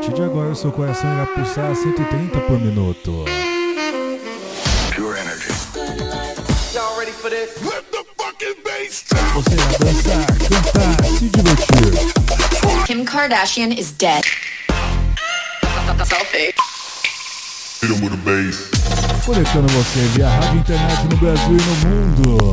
partir de agora o seu coração irá pulsar a 130 por minuto. Pure energy. Y'all ready for this? Let the fucking bass drop. Você irá dançar, cantar, se divertir. Kim Kardashian is dead. Selfie. Hit 'em with a bass. Conectando você via rádio e internet no Brasil e no mundo.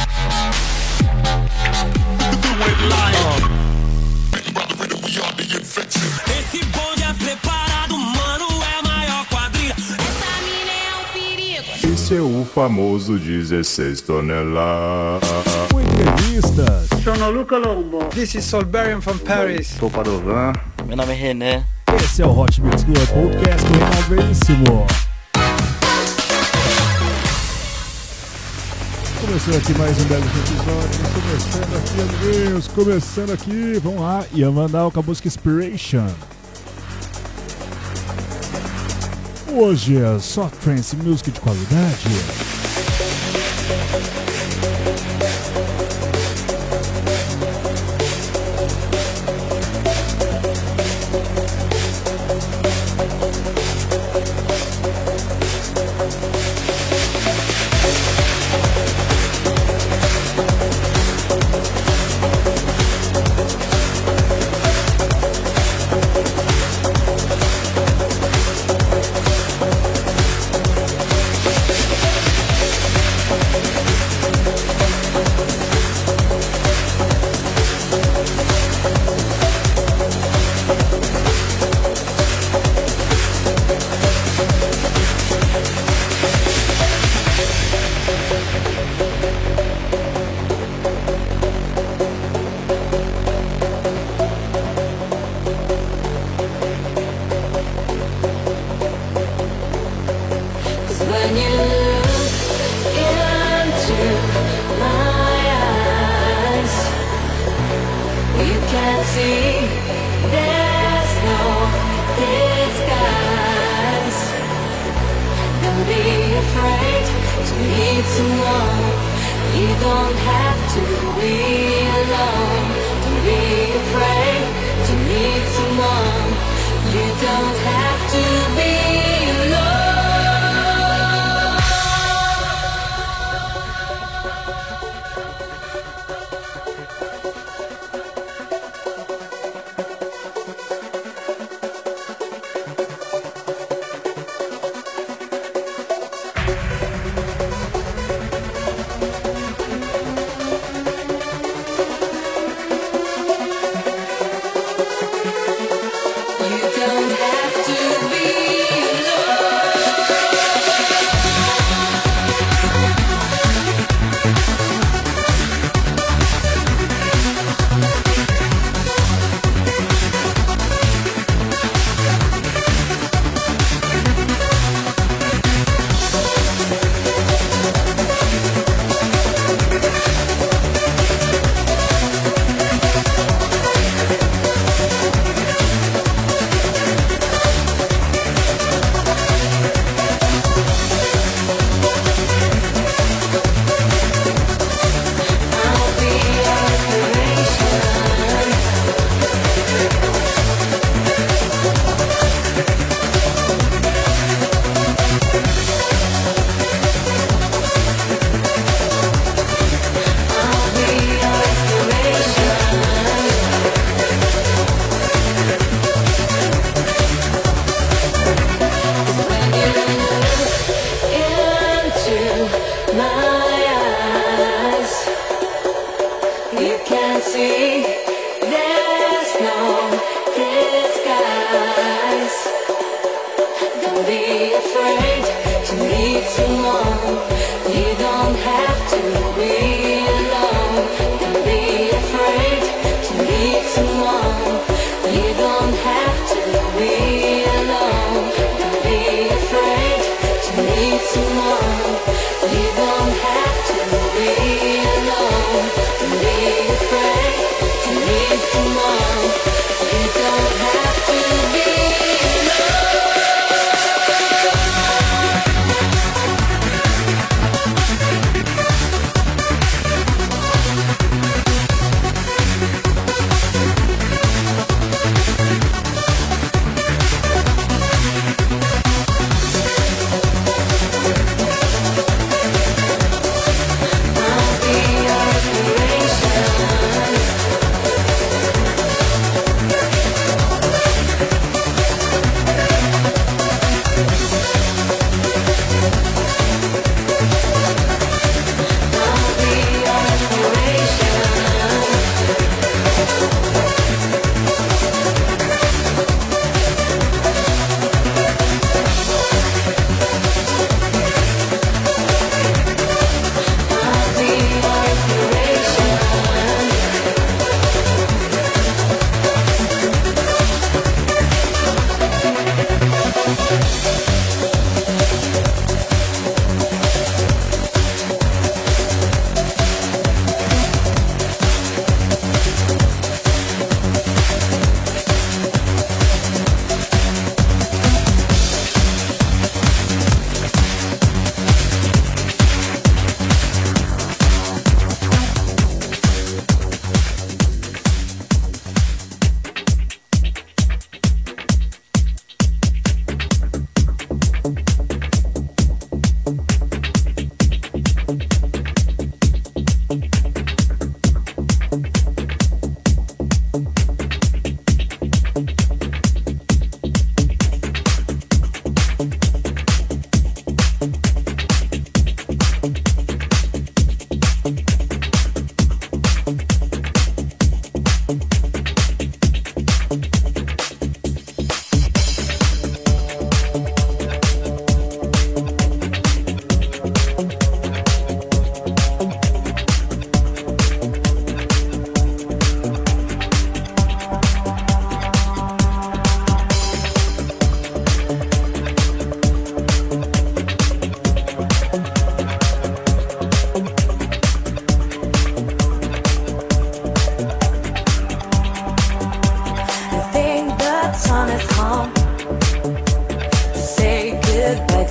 Esse bonde é preparado, mano, é a maior quadrilha. Essa mina é um perigo. Esse é o famoso 16 toneladas. Com entrevistas, Sono Luca Lombo. This is Solberian from Paris. Sou Padovan. Meu nome é René. esse é o Hot Mix Club Podcast do Renato Veríssimo. Começando aqui mais um belo episódio, começando aqui, vamos lá, Ian Vandal com a música Inspiration. Hoje é só trance music de qualidade.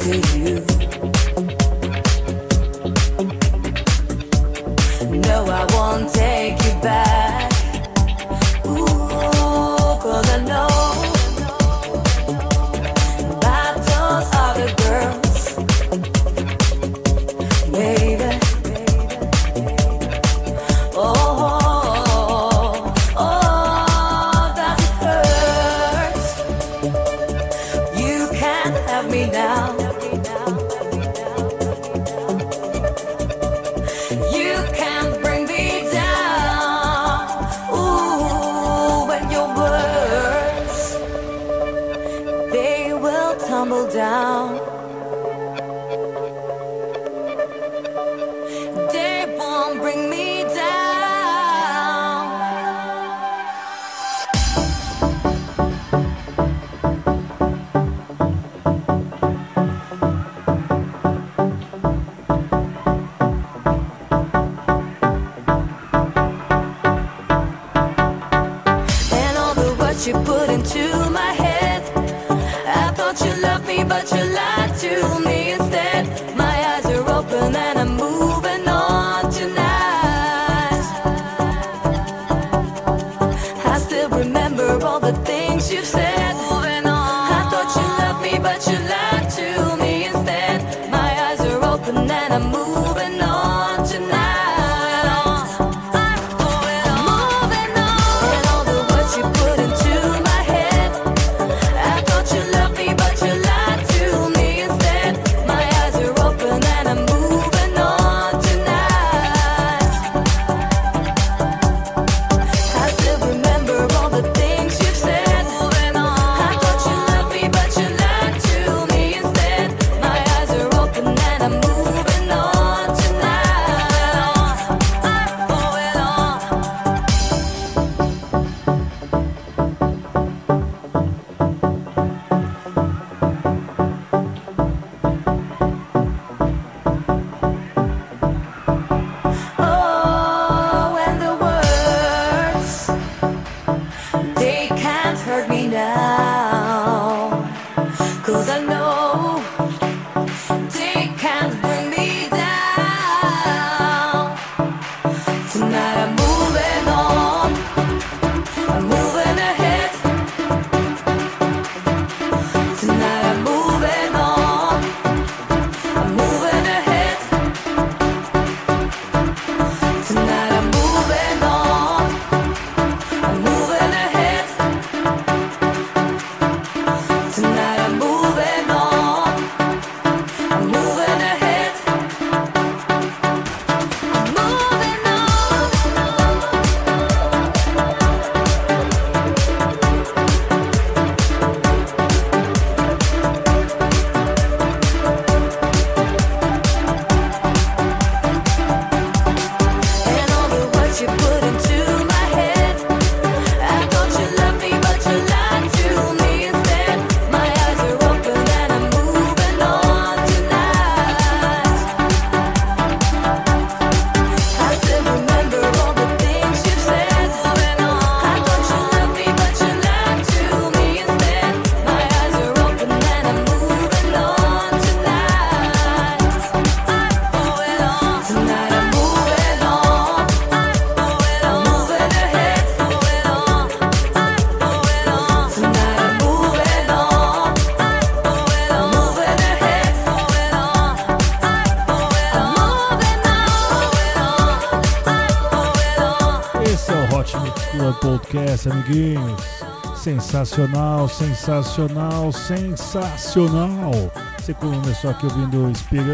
Podcast, amiguinhos. Sensacional, sensacional, sensacional. Você começou aqui ouvindo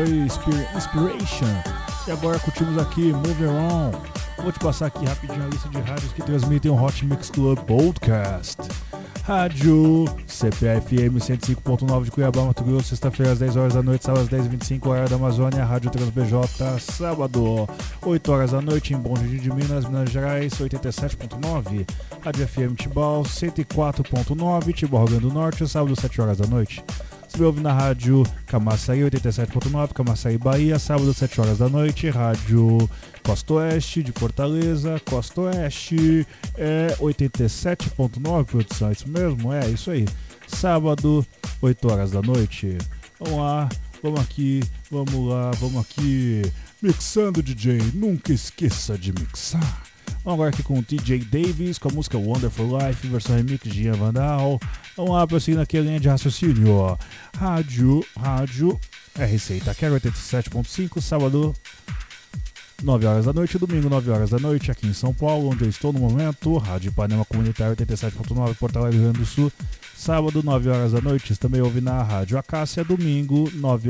Inspiration. E agora curtimos aqui Moving On. Vou te passar aqui rapidinho a lista de rádios que transmitem o Hot Mix Club Podcast. Rádio CPA-FM 105.9 de Cuiabá, Mato Grosso, sexta-feira às 10 horas da noite, sábado às 10h25, horário da Amazônia. Rádio TransBJ, sábado, 8 horas da noite, em Bom Jardim de Minas, Minas Gerais, 87.9. Rádio FM Tibau, 104.9, Tibau, Rio Grande do Norte, sábado, 7 horas da noite. Você ouve na Rádio Camaçari 87.9, Camaçari, Bahia, sábado, 7 horas da noite. Rádio Costa Oeste de Fortaleza, Costa Oeste, 87.9, produção, é isso mesmo? É isso aí. Sábado, 8 horas da noite. Vamos lá, Vamos aqui, mixando DJ, nunca esqueça de mixar. Vamos agora aqui com o TJ Davis, com a música Wonderful Life, versão remix de Ian Vandal. Vamos lá, prosseguindo aqui a linha de raciocínio, ó. Rádio RC Itaquera 87.5, sábado 9 horas da noite, domingo 9 horas da noite, aqui em São Paulo, onde eu estou no momento. Rádio Ipanema Comunitário 87.9, Porto Alegre, Rio Grande do Sul. Sábado, 9 horas da noite, também ouve na Rádio Acácia, domingo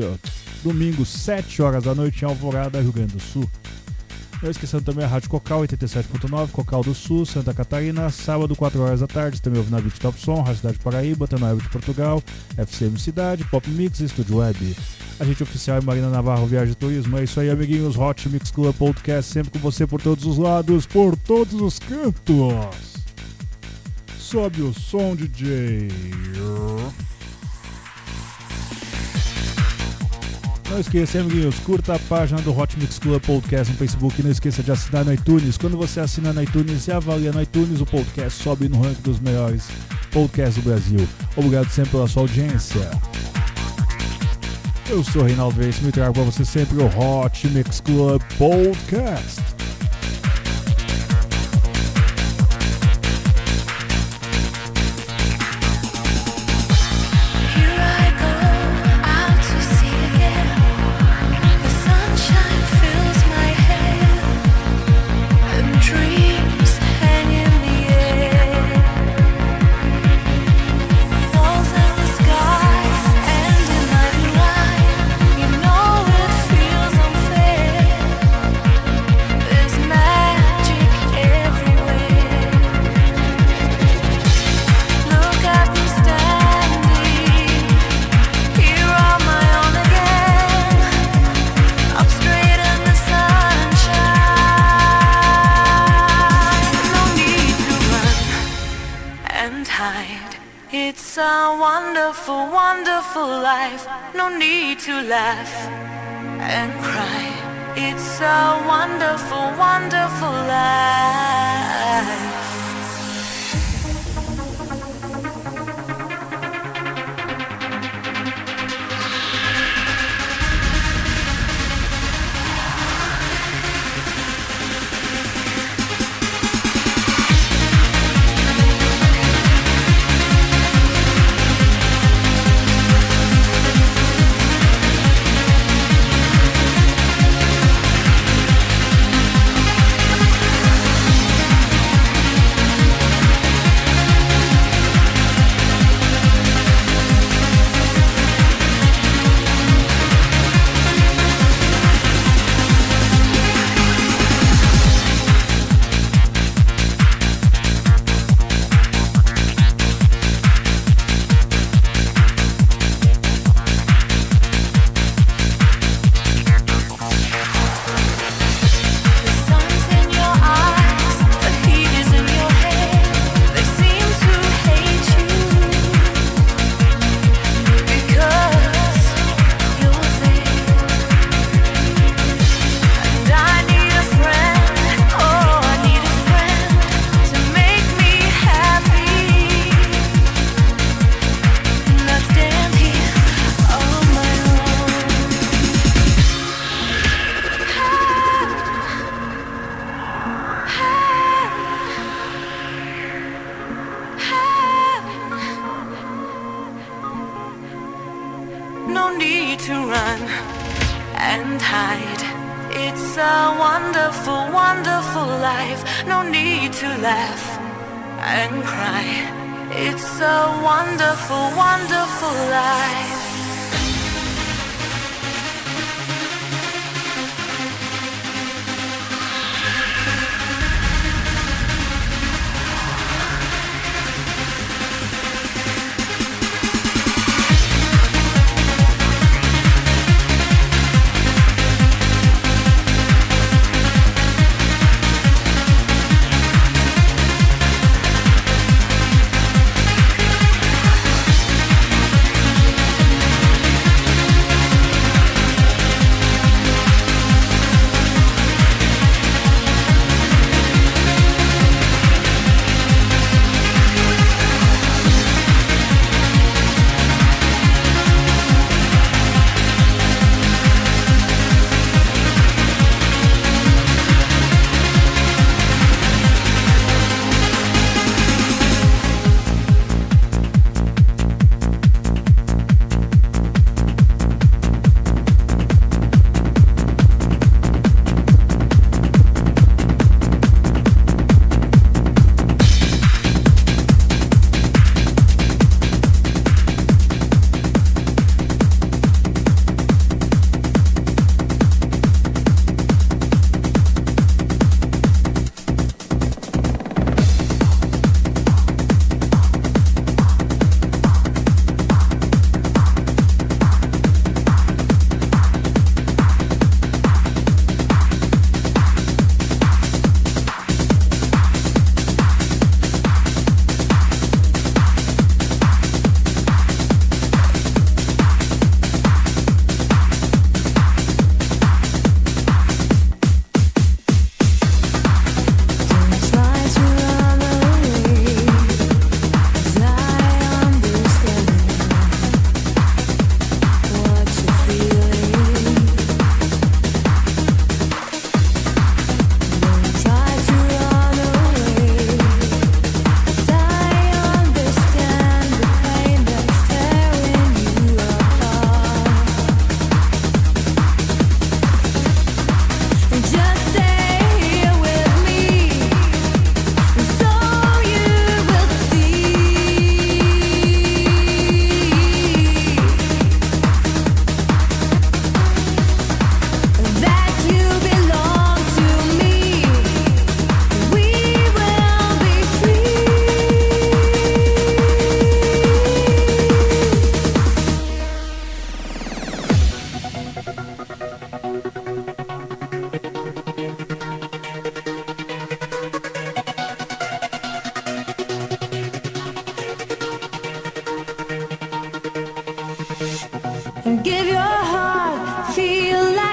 7 horas da noite em Alvorada, Rio Grande do Sul. Não esquecendo também a Rádio Cocal 87.9, Cocal do Sul, Santa Catarina, sábado 4 horas da tarde, também ouve na Beat Top Som, Rádio Cidade Paraíba, Tanoel de Portugal, FCM Cidade, Pop Mix e Estúdio Web. A gente oficial é Marina Navarro, Viagem e Turismo. É isso aí, amiguinhos, Hot Mix Club Podcast, sempre com você por todos os lados, por todos os cantos. Sobe o som, DJ. Não esqueça, amiguinhos, curta a página do Hot Mix Club Podcast no Facebook. Não esqueça de assinar no iTunes. Quando você assina no iTunes e avalia no iTunes, o podcast sobe no ranking dos melhores podcasts do Brasil. Obrigado sempre pela sua audiência. Eu sou Reinaldo Veríssimo e trago para você sempre o Hot Mix Club Podcast. It's a wonderful, wonderful life. No need to laugh and cry. It's a wonderful, wonderful life.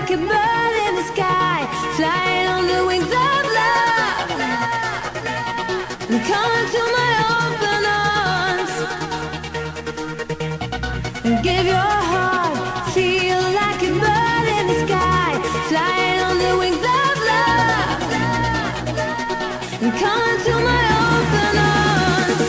like a bird in the sky, flying on the wings of love. And come into my open arms and give your heart, feel like a bird in the sky, flying on the wings of love. And come into my open arms.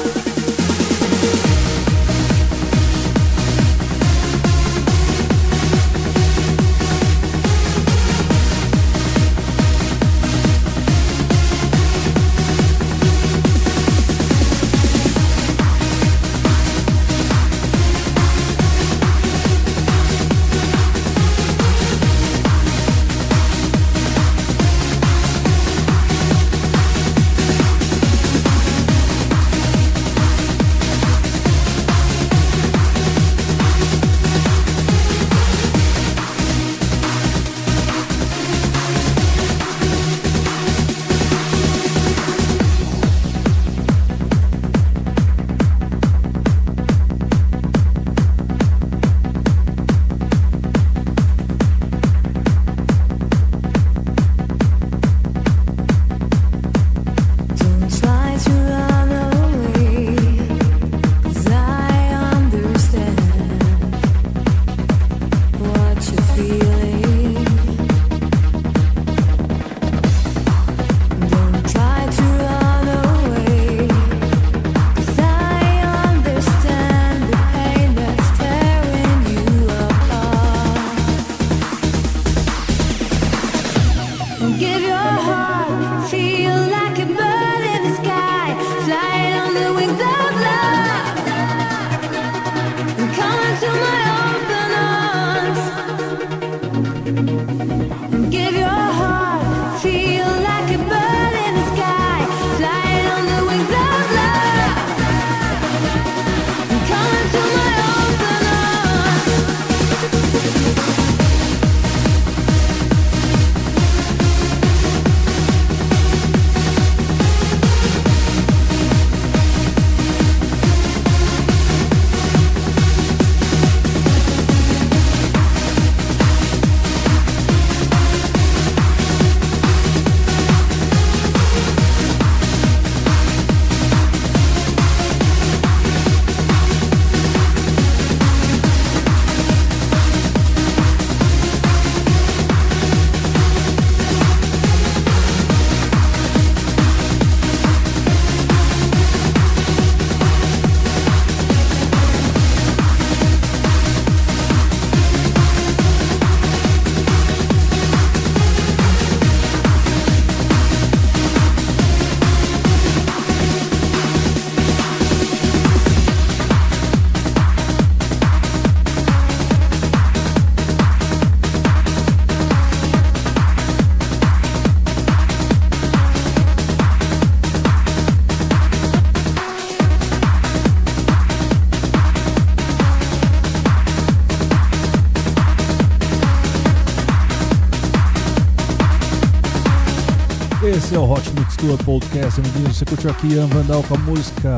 Esse é o Hot Mix Club Podcast, amiguinhos. Você curtiu aqui Ian Vandal com a música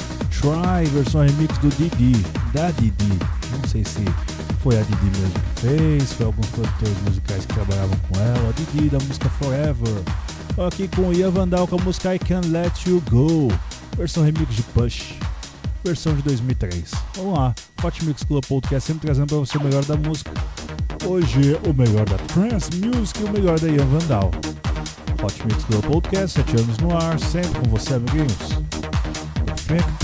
Try, versão remix do Didi, da Didi. Não sei se foi a Didi mesmo que fez, foi alguns produtores musicais que trabalhavam com ela. A Didi da música Forever. Aqui com o Ian Vandal com a música I Can't Let You Go, versão remix de Push, versão de 2003. Vamos lá, Hot Mix Club Podcast sempre trazendo para você o melhor da música. Hoje o melhor da Trance Music e o melhor da Ian Vandal. Hot Mix Club Podcast, 7 anos no ar, sempre com você, amiguinhos. Perfeito.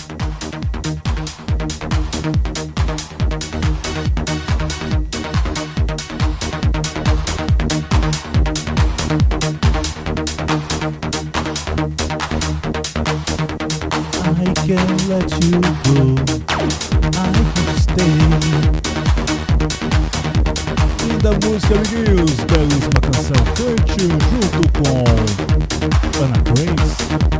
I can't let you go, I can't stay. Da música, amiguinhos, belíssima canção Cante junto com Ana Grace.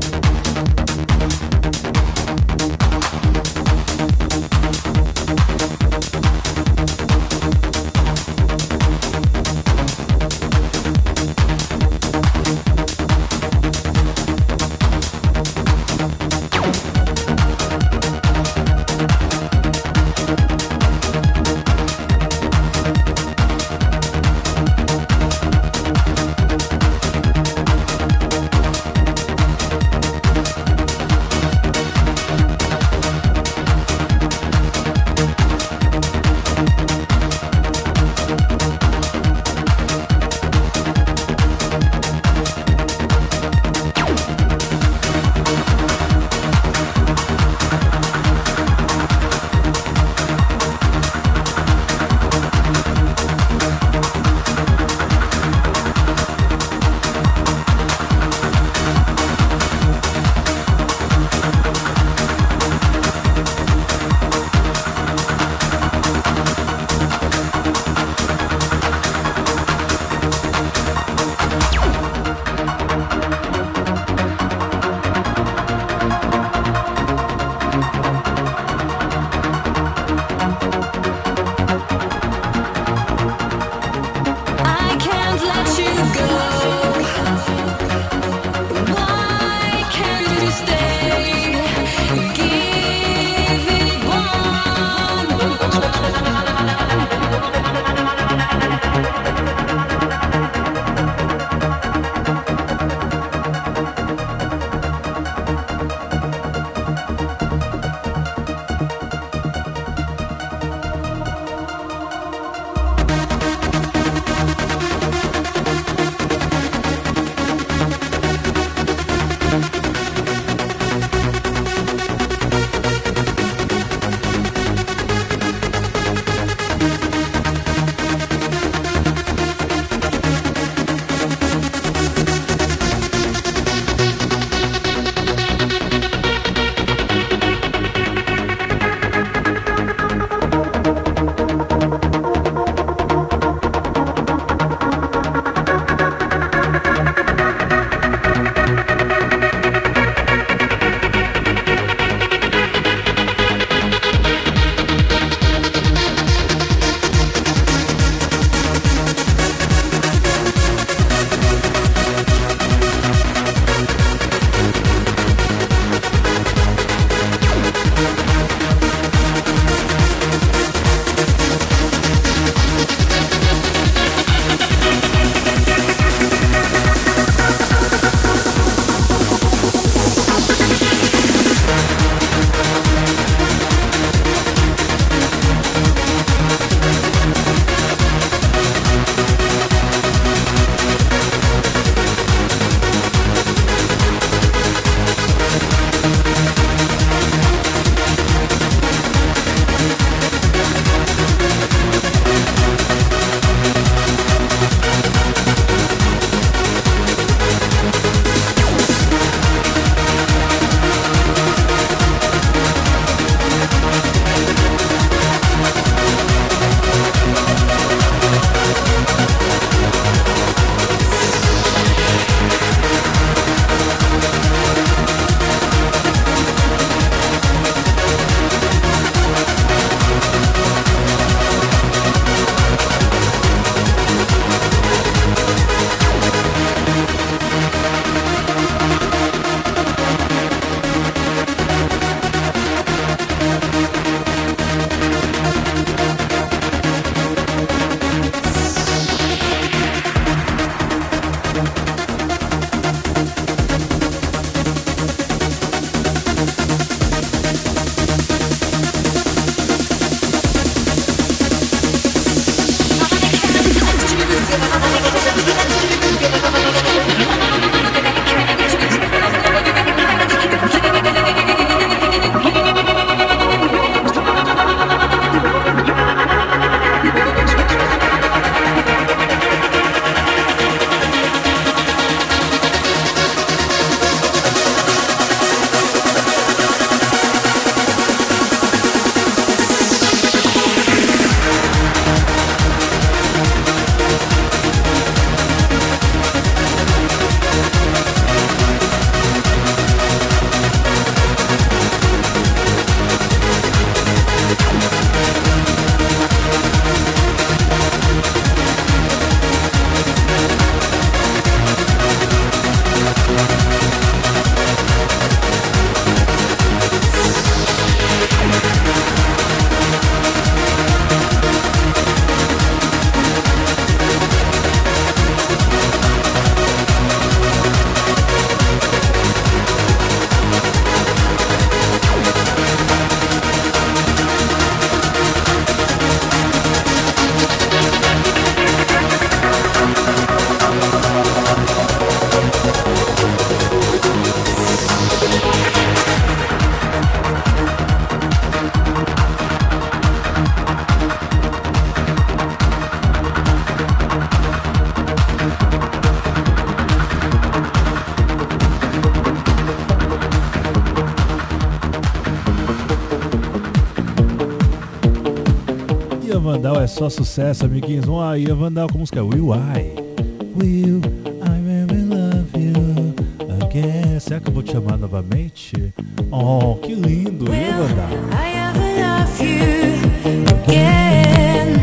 Vandal é só sucesso, amiguinhos. Vamos lá, Ian Vandal com a música Will I Really Love You Again. Será que eu vou te chamar novamente? Oh, que lindo, Ian Vandal. I ever love you again?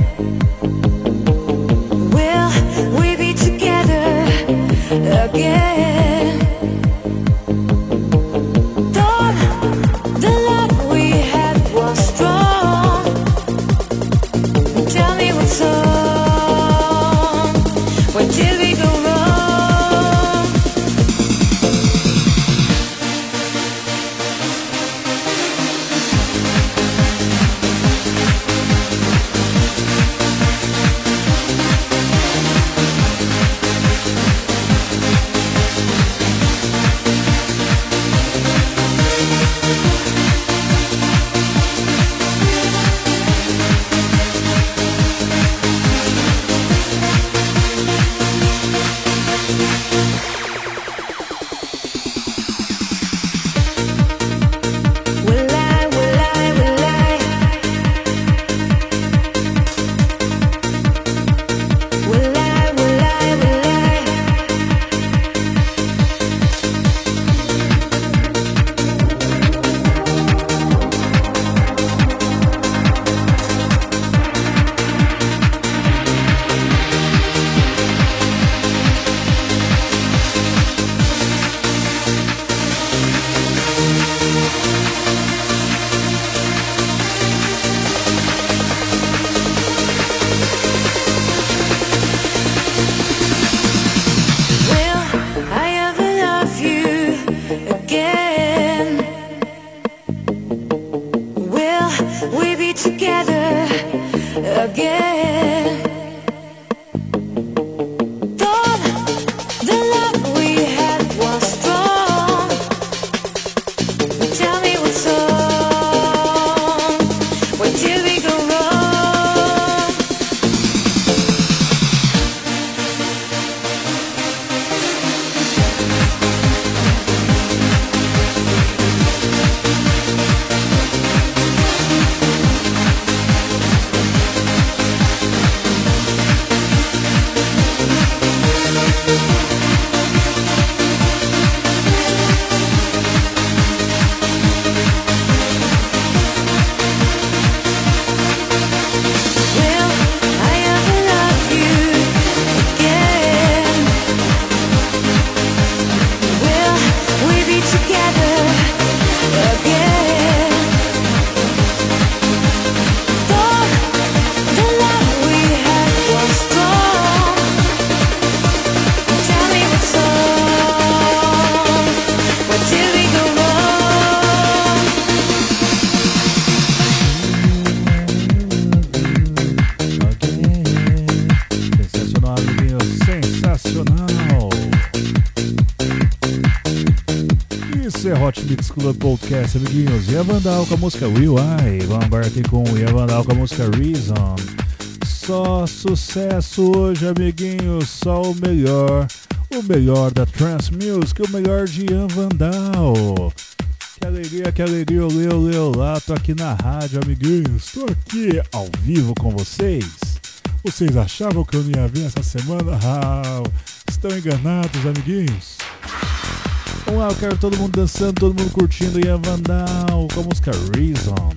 Will we be together again? Thought the love we had was strong. Tell me what's wrong. Where did we go wrong? Hot Mix Club Podcast, amiguinhos. Ian Vandal com a música Will I. Vamos agora aqui com o Ian Vandal com a música Reason. Só sucesso hoje, amiguinhos. Só o melhor da Trance Music, o melhor de Ian Vandal. Que alegria, eu lá. Tô aqui na rádio, amiguinhos. Tô aqui ao vivo com vocês. Vocês achavam que eu não ia vir essa semana? Ah, estão enganados, amiguinhos. Vamos lá, eu quero todo mundo dançando, todo mundo curtindo Ian Vandal com a música Reason.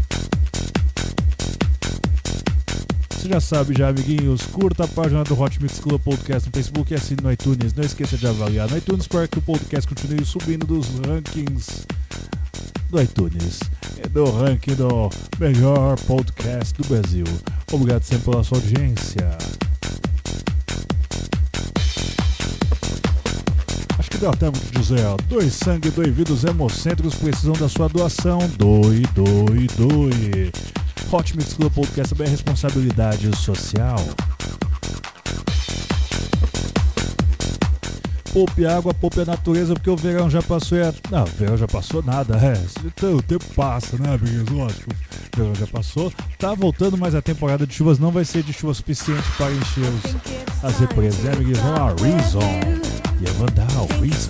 Você já sabe já, amiguinhos, curta a página do Hot Mix Club Podcast no Facebook e assine no iTunes. Não esqueça de avaliar no iTunes para que o podcast continue subindo dos rankings do iTunes e do ranking do melhor podcast do Brasil. Obrigado sempre pela sua audiência. Deu até muito dizer, ó, doe sangue, doe vidas hemocêntricos precisam da sua doação. Doe. Hot Mix Club Podcast também é responsabilidade social. Poupe água, poupe a natureza, porque o verão já passou. Não, o verão já passou nada, então, o tempo passa, né, amigos? Lógico, o verão já passou. Tá voltando, mas a temporada de chuvas não vai ser de chuva suficiente para encher as represas, né, amigos? Vamos lá, Reason. Ian Vandal, Reason.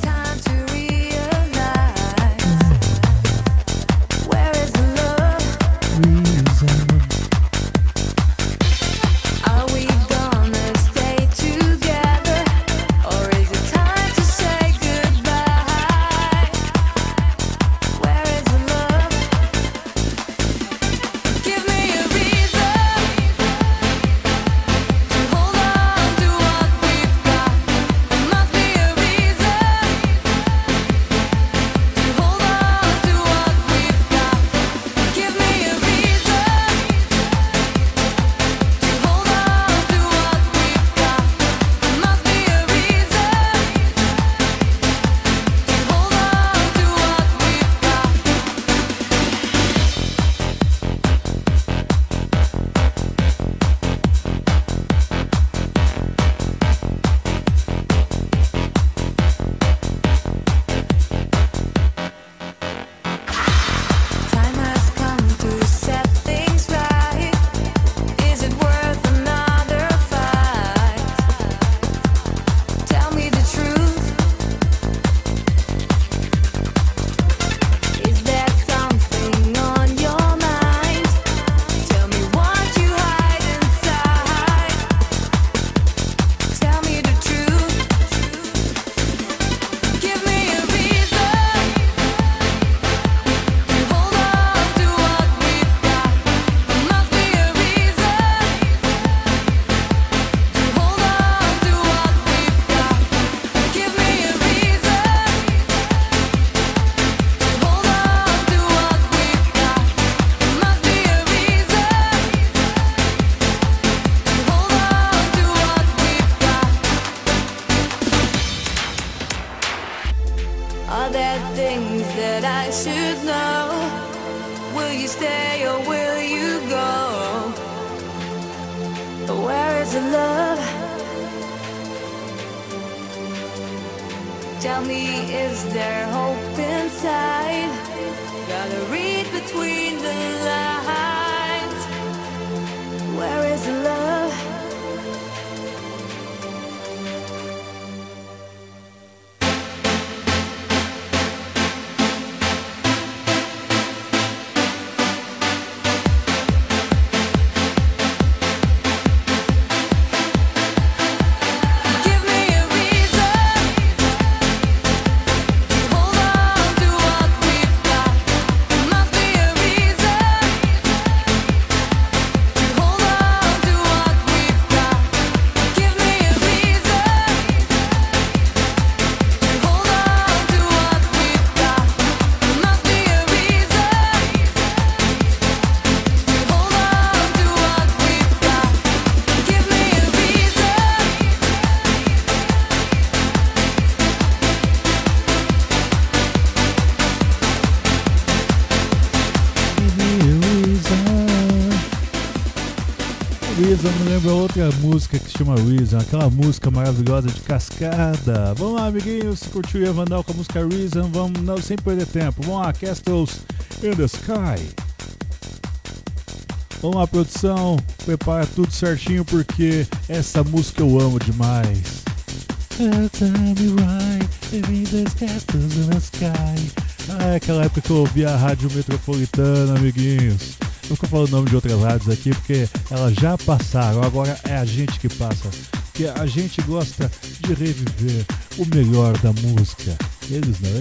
is the love? Tell me, is there hope inside? Gotta read between the lines. Where is the love? Reason me lembra outra música que se chama Reason, aquela música maravilhosa de cascada. Vamos lá, amiguinhos, se curtiu o Ian Vandal com a música Reason, vamos não, sem perder tempo. Vamos lá, Castles in the Sky. Vamos lá, produção, prepara tudo certinho porque essa música eu amo demais. Ah, aquela época que eu ouvia a Rádio Metropolitana, amiguinhos. Não vou falar o nome de outras rádios aqui porque elas já passaram, agora é a gente que passa. Porque a gente gosta de reviver o melhor da música. Eles não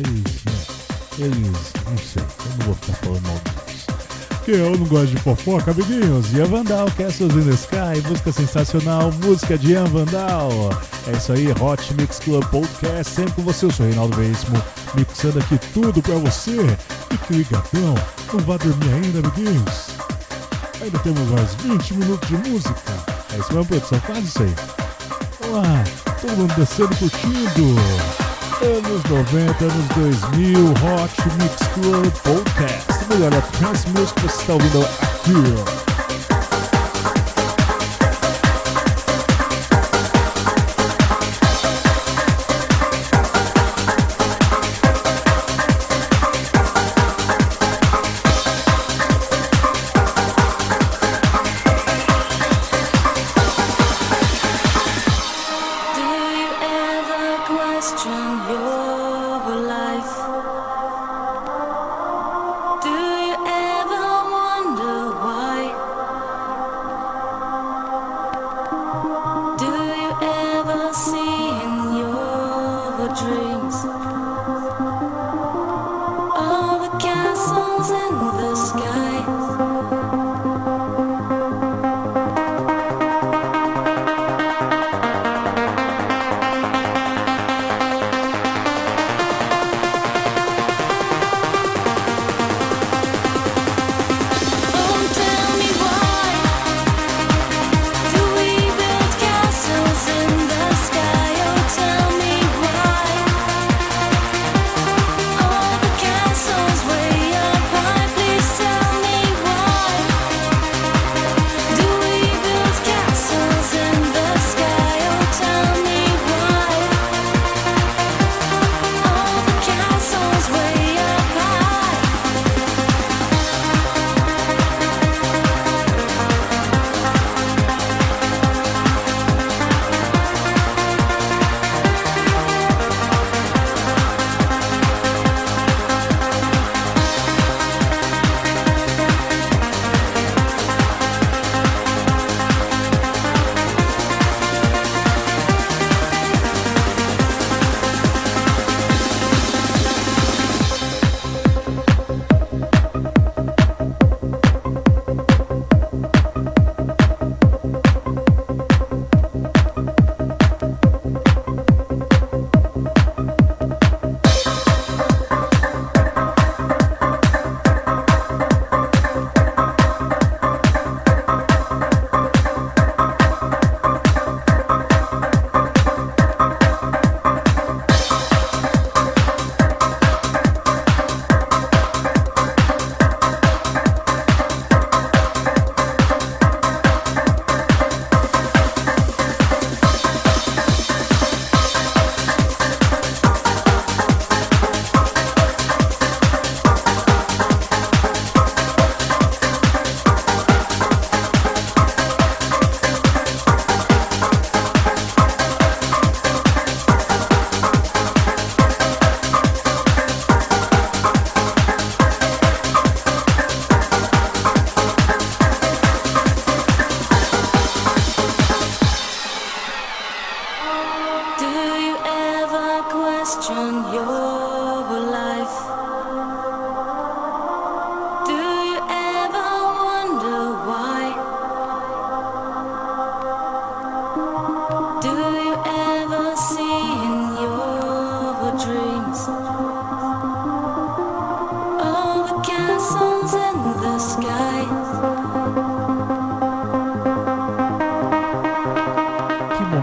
sei, eu não vou ficar falando mal deles. Porque eu não gosto de fofoca, amiguinhos. Ian Vandal, Castles in the Sky, música sensacional, música de Ian Vandal. É isso aí, Hot Mix Club Podcast, sempre com você, eu sou Reinaldo Veríssimo, mixando aqui tudo pra você. Fique ligadão, não vá dormir ainda, amiguinhos. Ainda temos mais 20 minutos de música. É isso mesmo, produção, quase isso aí. Vamos lá, todo mundo descendo, curtindo. Anos 90, anos 2000, Hot Mix Club Podcast. Melhor da Trance Music que você está ouvindo aqui. Tell me why.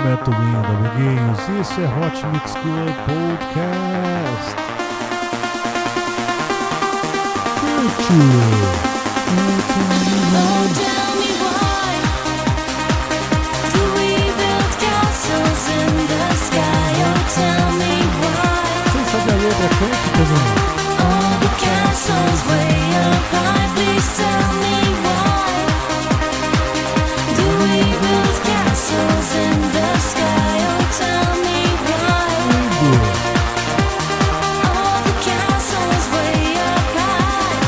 momento lindo, amiguinhos. Isso é Hot Mix Club Podcast. Curte! Tell me why do we build castles in the sky? Oh, tell me why. Quem sabe a letra cante também. All the castles way up high. Please tell me why do we build castles in the sky? Oh, tell me why. All the castles way up high.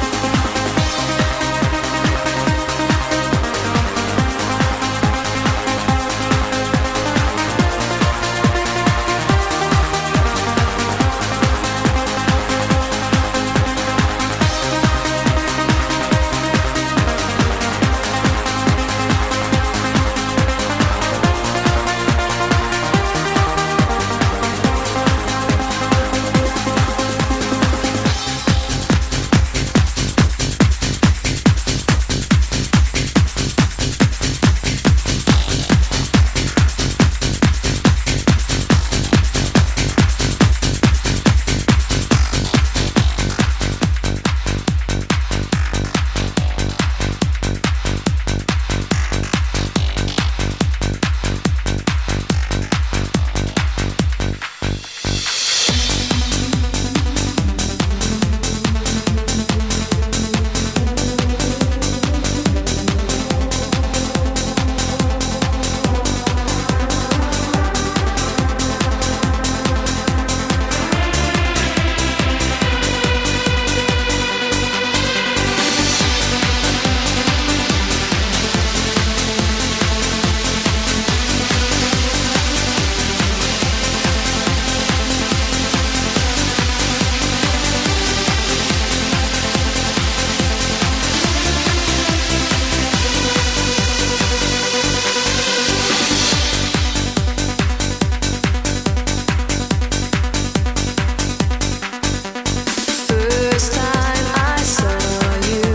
First time I saw you,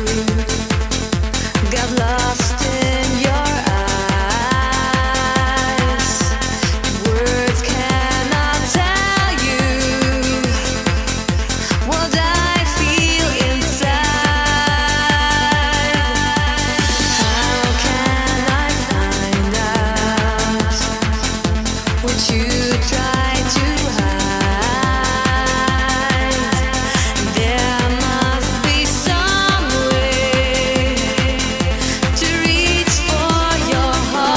got lost in your eyes. Words cannot tell you what I feel inside. How can I find out what you try to hide? There must be some way to reach for your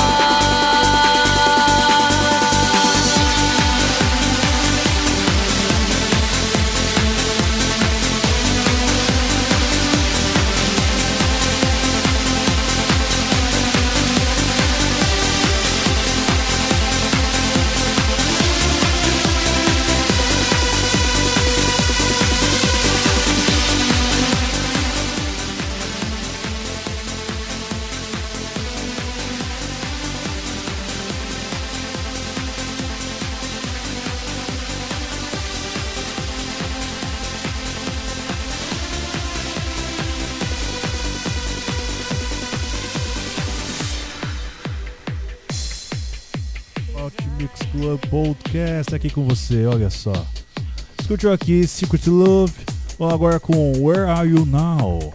Hot Mix Club Podcast aqui com você, olha só. Escutou aqui Secret Love, vamos agora com Where Are You Now?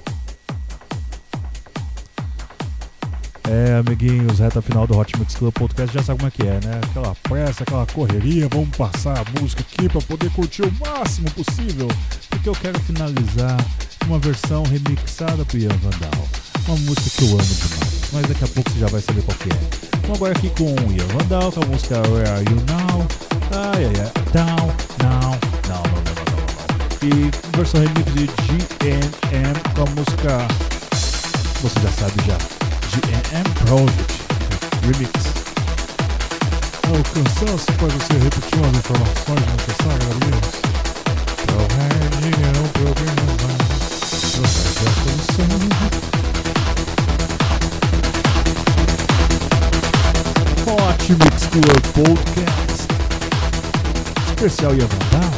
Amiguinhos, reta final do Hot Mix Club Podcast, já sabe como é que é, né? Aquela pressa, aquela correria, vamos passar a música aqui pra poder curtir o máximo possível, porque eu quero finalizar uma versão remixada pro Ian Vandal, uma música que eu amo demais, mas daqui a pouco você já vai saber qual que é. Vamos agora aqui com o Ian Vandal, com a música Where Are You Now? Ai, ai, ai, down, now, não. E versão remix de GNM com a música, você já sabe já, GNM Project Remix. O cansaço faz você repetir umas informações necessárias, amigos. Provavelmente é um problema, não vai ter a solução. Hot Mix Club Podcast especial Ian Vandal.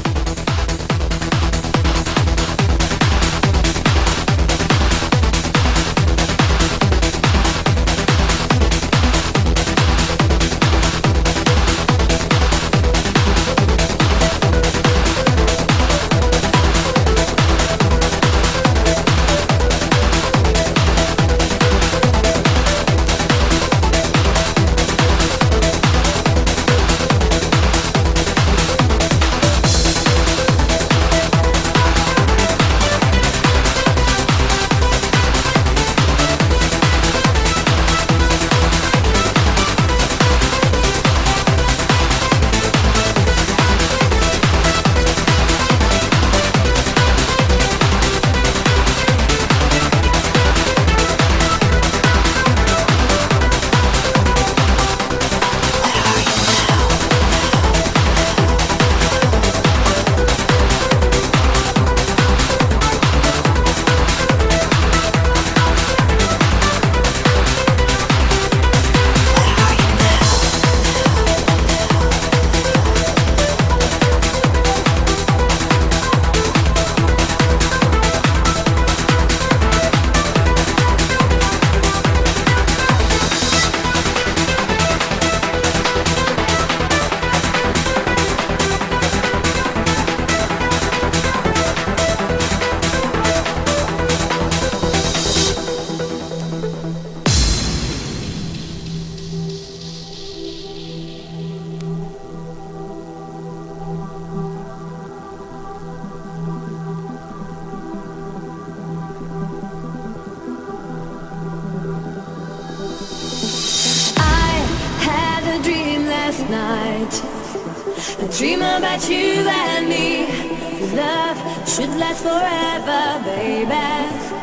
night. I dream about you and me. Love should last forever, baby.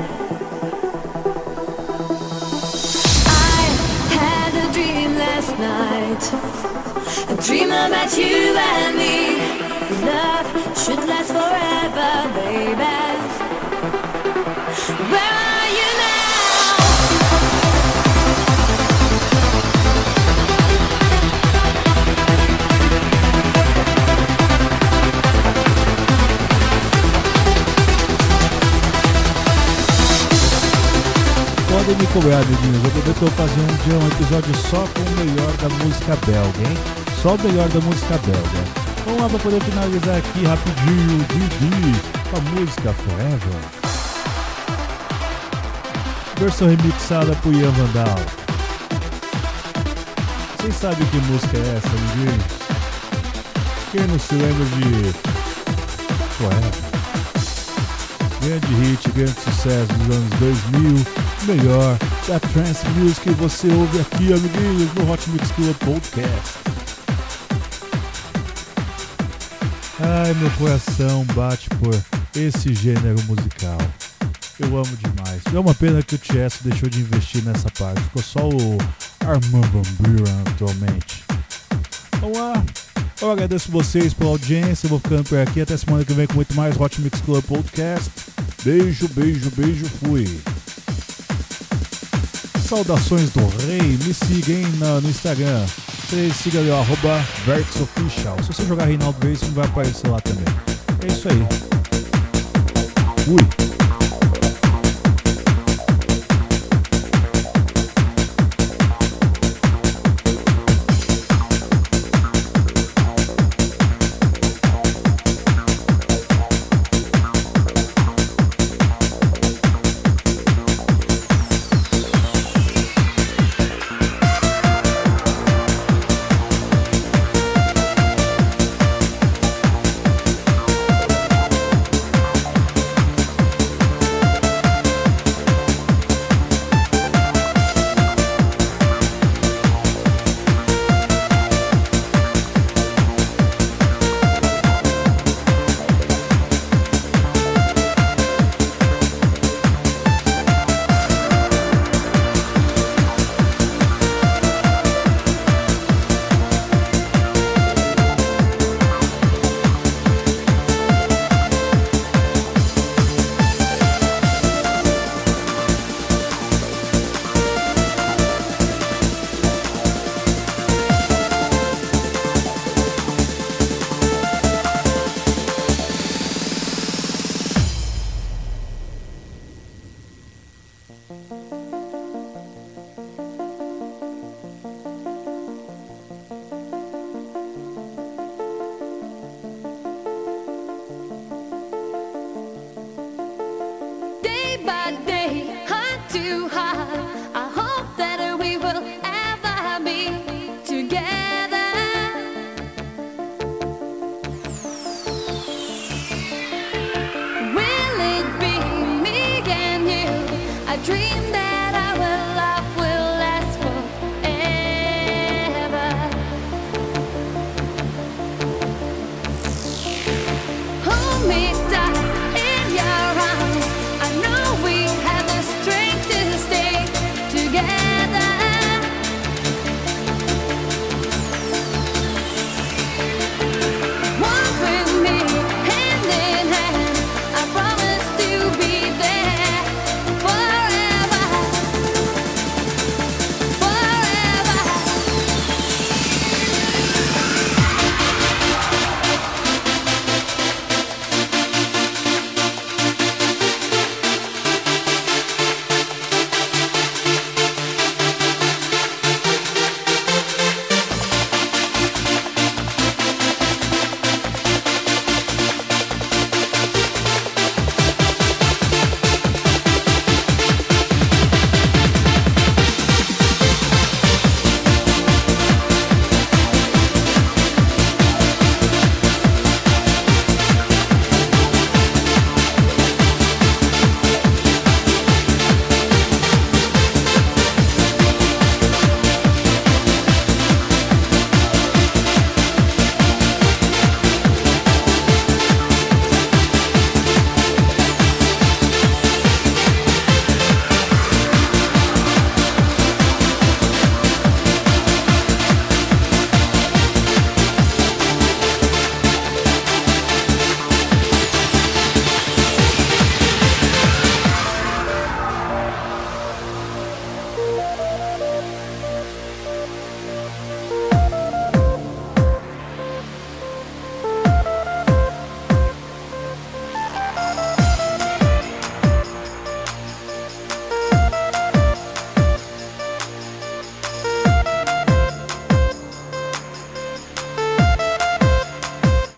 I had a dream last night. A dream about you and me. Love should last forever, baby. Where are you now? Podem me cobrar, amiguinhos. Eu prometo fazer um dia um episódio só com o melhor da música belga, hein? Só o melhor da música belga. Vamos lá para poder finalizar aqui rapidinho, Didi, com a música Forever. Versão remixada por Ian Vandal. Vocês sabem que música é essa, amiguinhos? Quem não se lembra de Forever? Grande hit, grande sucesso dos anos 2000, melhor da Trance Music, você ouve aqui, amiguinhos, no Hot Mix Club Podcast. Ai, meu coração bate por esse gênero musical. Eu amo demais. É uma pena que o Tiesto deixou de investir nessa parte, ficou só o Armand Van Buuren atualmente. Vamos lá. Eu agradeço vocês pela audiência, eu vou ficando por aqui, até semana que vem com muito mais Hot Mix Club Podcast. Beijo, beijo, beijo, fui. Saudações do Rei, me sigam no Instagram. Vocês sigam ali, @VerxOfficial. Se você jogar Reinaldo Reis, vai aparecer lá também. É isso aí. Fui.